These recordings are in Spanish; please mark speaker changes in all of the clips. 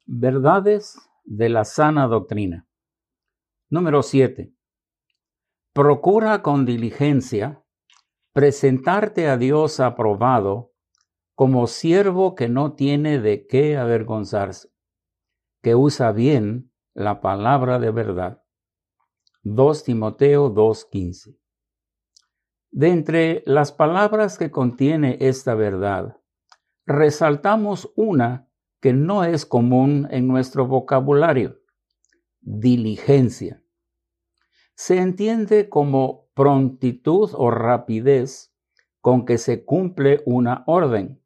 Speaker 1: Verdades de la sana doctrina. Número 7. Procura con diligencia presentarte a Dios aprobado como siervo que no tiene de qué avergonzarse, que usa bien la palabra de verdad. 2 Timoteo 2:15. De entre las palabras que contiene esta verdad, resaltamos una que no es común en nuestro vocabulario: diligencia. Se entiende como prontitud o rapidez con que se cumple una orden,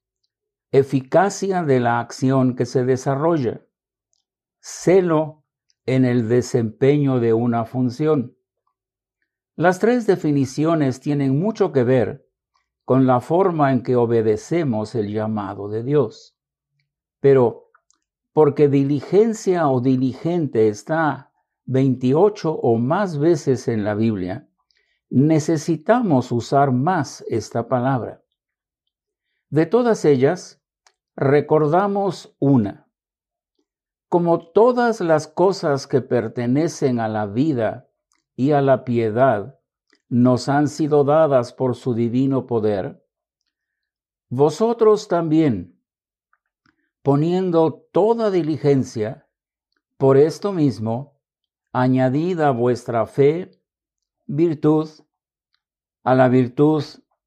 Speaker 1: eficacia de la acción que se desarrolla, celo en el desempeño de una función. Las tres definiciones tienen mucho que ver con la forma en que obedecemos el llamado de Dios. Pero porque diligencia o diligente está 28 o más veces en la Biblia, necesitamos usar más esta palabra. De todas ellas, recordamos una. Como todas las cosas que pertenecen a la vida y a la piedad nos han sido dadas por su divino poder, vosotros también, poniendo toda diligencia, por esto mismo, añadid a vuestra fe virtud, a la virtud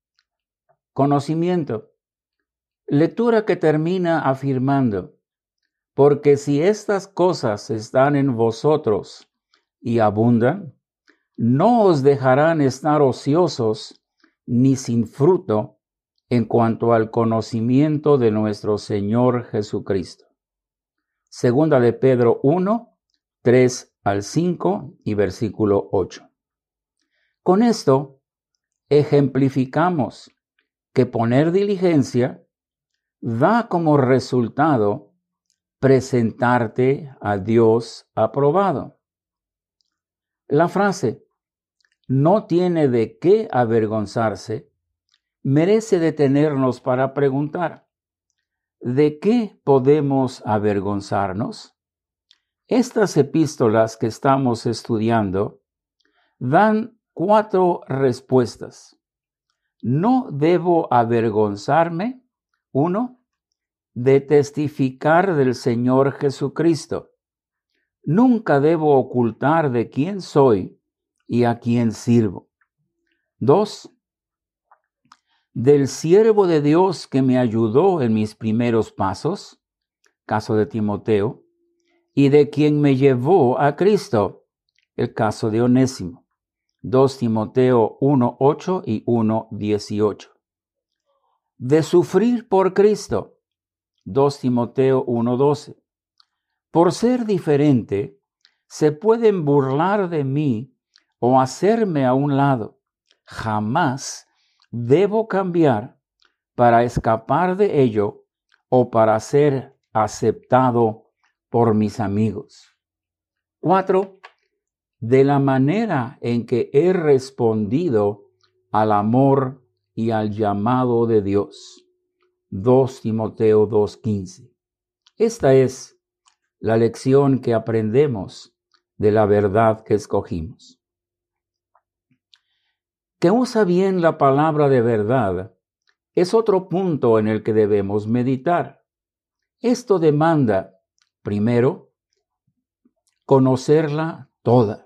Speaker 1: conocimiento. Lectura que termina afirmando: porque si estas cosas están en vosotros y abundan, no os dejarán estar ociosos ni sin fruto en cuanto al conocimiento de nuestro Señor Jesucristo. Segunda de Pedro 1, 3 al 5 y versículo 8. Con esto ejemplificamos que poner diligencia da como resultado presentarte a Dios aprobado. La frase "no tiene de qué avergonzarse" merece detenernos para preguntar: ¿de qué podemos avergonzarnos? Estas epístolas que estamos estudiando dan 4 respuestas. No debo avergonzarme, 1, de testificar del Señor Jesucristo. Nunca debo ocultar de quién soy y a quién sirvo. 2, del siervo de Dios que me ayudó en mis primeros pasos, caso de Timoteo, y de quien me llevó a Cristo, el caso de Onésimo. 2 Timoteo 1:8 y 1:18. De sufrir por Cristo. 2 Timoteo 1:12. Por ser diferente, se pueden burlar de mí o hacerme a un lado. Jamás debo cambiar para escapar de ello o para ser aceptado por mis amigos. 4. De la manera en que he respondido al amor y al llamado de Dios. 2 Timoteo 2:15. Esta es la lección que aprendemos de la verdad que escogimos. Que usa bien la palabra de verdad es otro punto en el que debemos meditar. Esto demanda, primero, conocerla toda.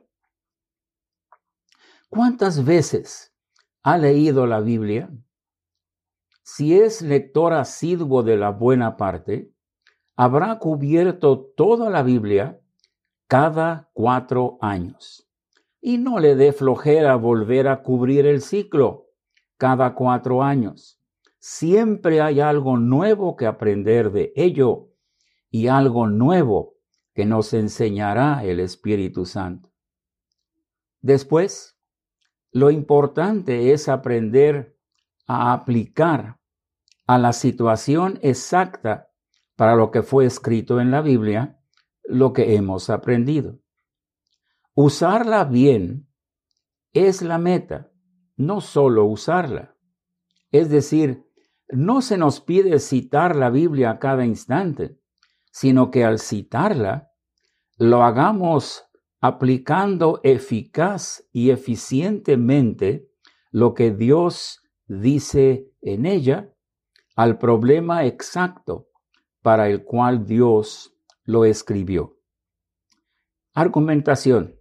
Speaker 1: ¿Cuántas veces ha leído la Biblia? Si es lector asiduo de la buena parte, habrá cubierto toda la Biblia cada 4 años. Y no le dé flojera volver a cubrir el ciclo cada 4 años. Siempre hay algo nuevo que aprender de ello y algo nuevo que nos enseñará el Espíritu Santo. Después, lo importante es aprender a aplicar a la situación exacta para lo que fue escrito en la Biblia lo que hemos aprendido. Usarla bien es la meta, no solo usarla. Es decir, no se nos pide citar la Biblia a cada instante, sino que al citarla, lo hagamos aplicando eficaz y eficientemente lo que Dios dice en ella al problema exacto para el cual Dios lo escribió. Argumentación.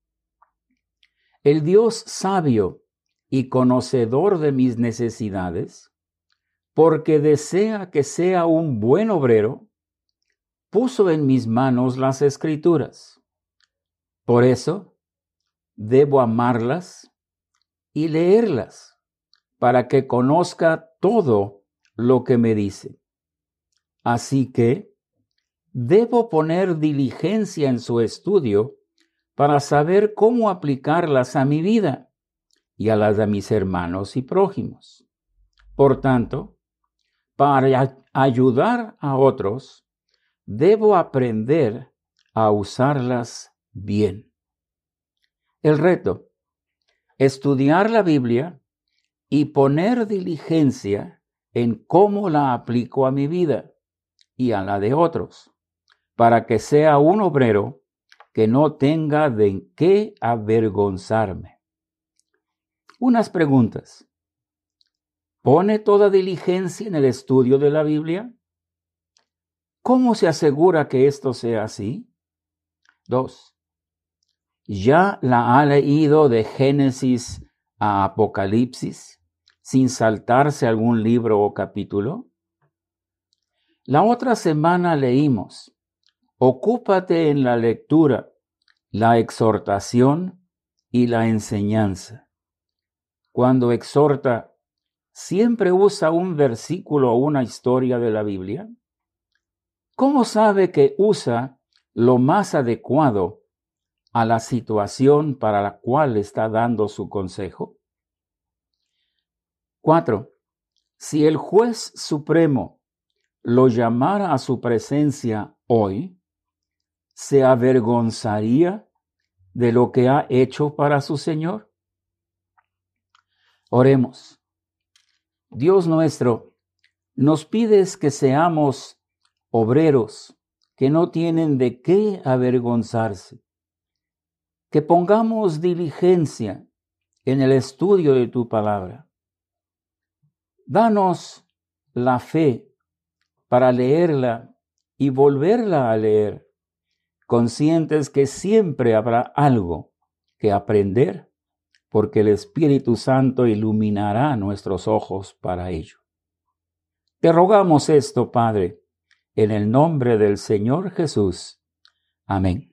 Speaker 1: El Dios sabio y conocedor de mis necesidades, porque desea que sea un buen obrero, puso en mis manos las Escrituras. Por eso, debo amarlas y leerlas para que conozca todo lo que me dice. Así que, debo poner diligencia en su estudio para saber cómo aplicarlas a mi vida y a las de mis hermanos y prójimos. Por tanto, para ayudar a otros, debo aprender a usarlas bien. El reto: estudiar la Biblia y poner diligencia en cómo la aplico a mi vida y a la de otros, para que sea un obrero que no tenga de qué avergonzarme. Unas preguntas. ¿Pone toda diligencia en el estudio de la Biblia? ¿Cómo se asegura que esto sea así? 2. ¿Ya la ha leído de Génesis a Apocalipsis sin saltarse algún libro o capítulo? La otra semana leímos: ocúpate en la lectura, la exhortación y la enseñanza. Cuando exhorta, ¿siempre usa un versículo o una historia de la Biblia? ¿Cómo sabe que usa lo más adecuado a la situación para la cual está dando su consejo? 4. Si el juez supremo lo llamara a su presencia hoy, ¿se avergonzaría de lo que ha hecho para su Señor? Oremos. Dios nuestro, nos pides que seamos obreros que no tienen de qué avergonzarse, que pongamos diligencia en el estudio de tu palabra. Danos la fe para leerla y volverla a leer, conscientes que siempre habrá algo que aprender, porque el Espíritu Santo iluminará nuestros ojos para ello. Te rogamos esto, Padre, en el nombre del Señor Jesús. Amén.